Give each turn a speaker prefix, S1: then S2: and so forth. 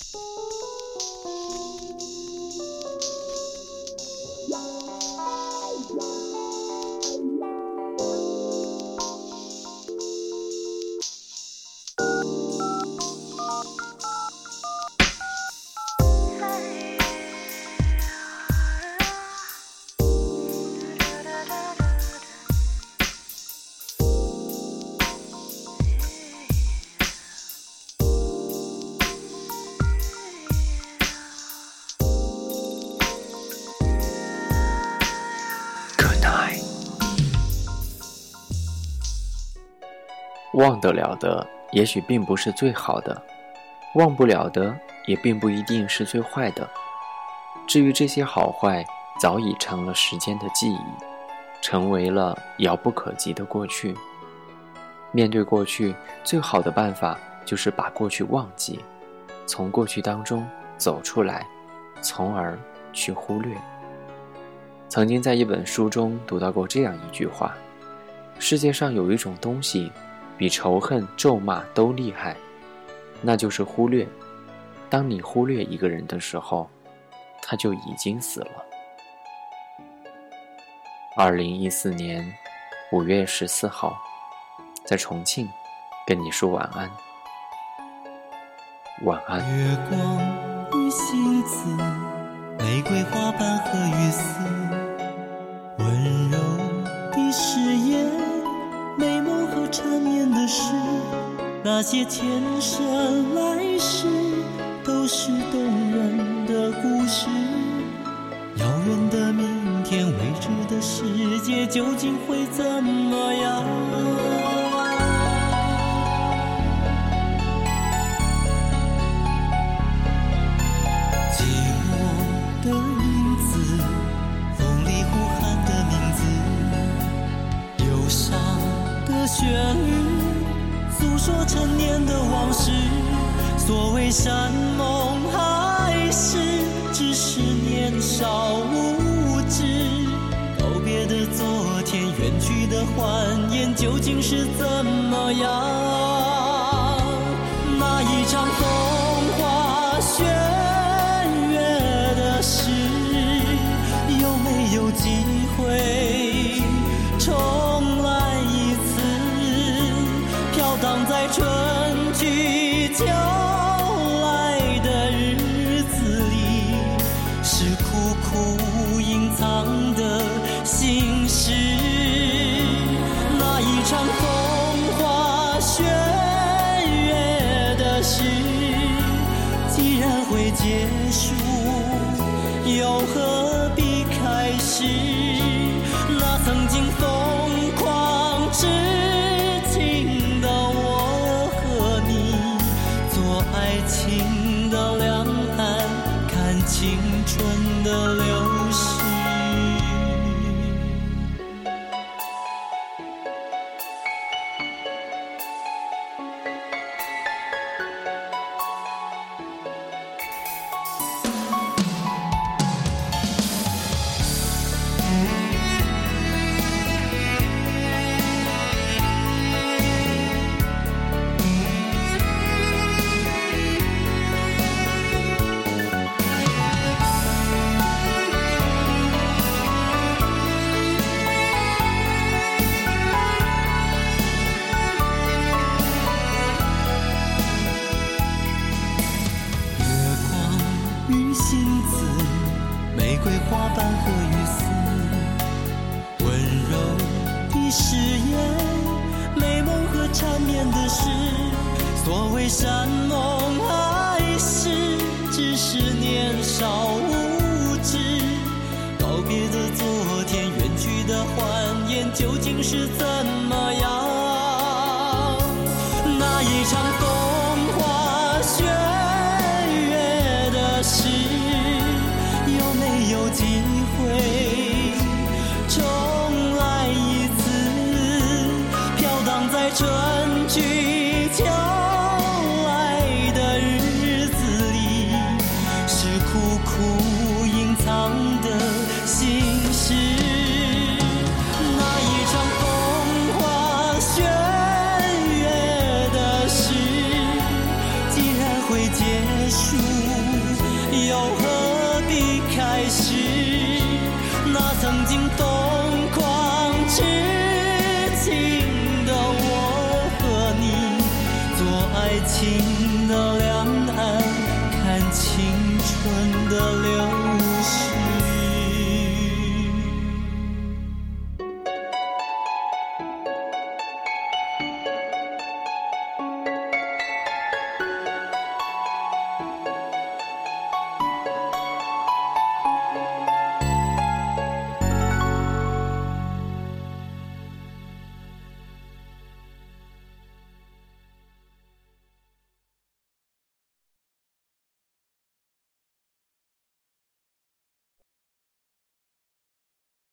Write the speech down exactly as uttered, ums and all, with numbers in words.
S1: 忘得了的也许并不是最好的，忘不了的也并不一定是最坏的。至于这些好坏，早已成了时间的记忆，成为了遥不可及的过去。面对过去，最好的办法就是把过去忘记，从过去当中走出来，从而去忽略。曾经在一本书中读到过这样一句话：世界上有一种东西比仇恨、咒骂都厉害，那就是忽略。当你忽略一个人的时候，他就已经死了。二零一四年五月十四号，在重庆跟你说晚安。晚安。
S2: 月光与星子，玫瑰花瓣和雨丝，温柔的誓言，美梦和缠绵的诗，那些前生来世都是动人的故事。遥远的明天，未知的世界究竟会怎么样？寂寞的影子，风里呼喊的名字，忧伤的旋律，诉说陈年的往事。所谓山盟海誓，只是年少无知。告别的昨天，远去的欢颜，究竟是怎么样？那一场风花雪月的事，有没有机会重来一次？飘荡在春去秋来的日子里，是苦苦隐藏的心事。那一场风花雪月的事，既然会结束，又何必开始？那曾经疯狂痴情的我和你，做爱情的两岸，看青春的流逝。玫瑰花瓣和雨丝，温柔的誓言，美梦和缠绵的事。所谓山盟海誓，只是年少无知。告别的昨天，远去的欢颜，究竟是怎么样？那一场风花雪月的事，有没有机会重来一次？飘荡在春去秋来的日子里，是苦苦隐藏的心事。那一场风花雪月的事， 情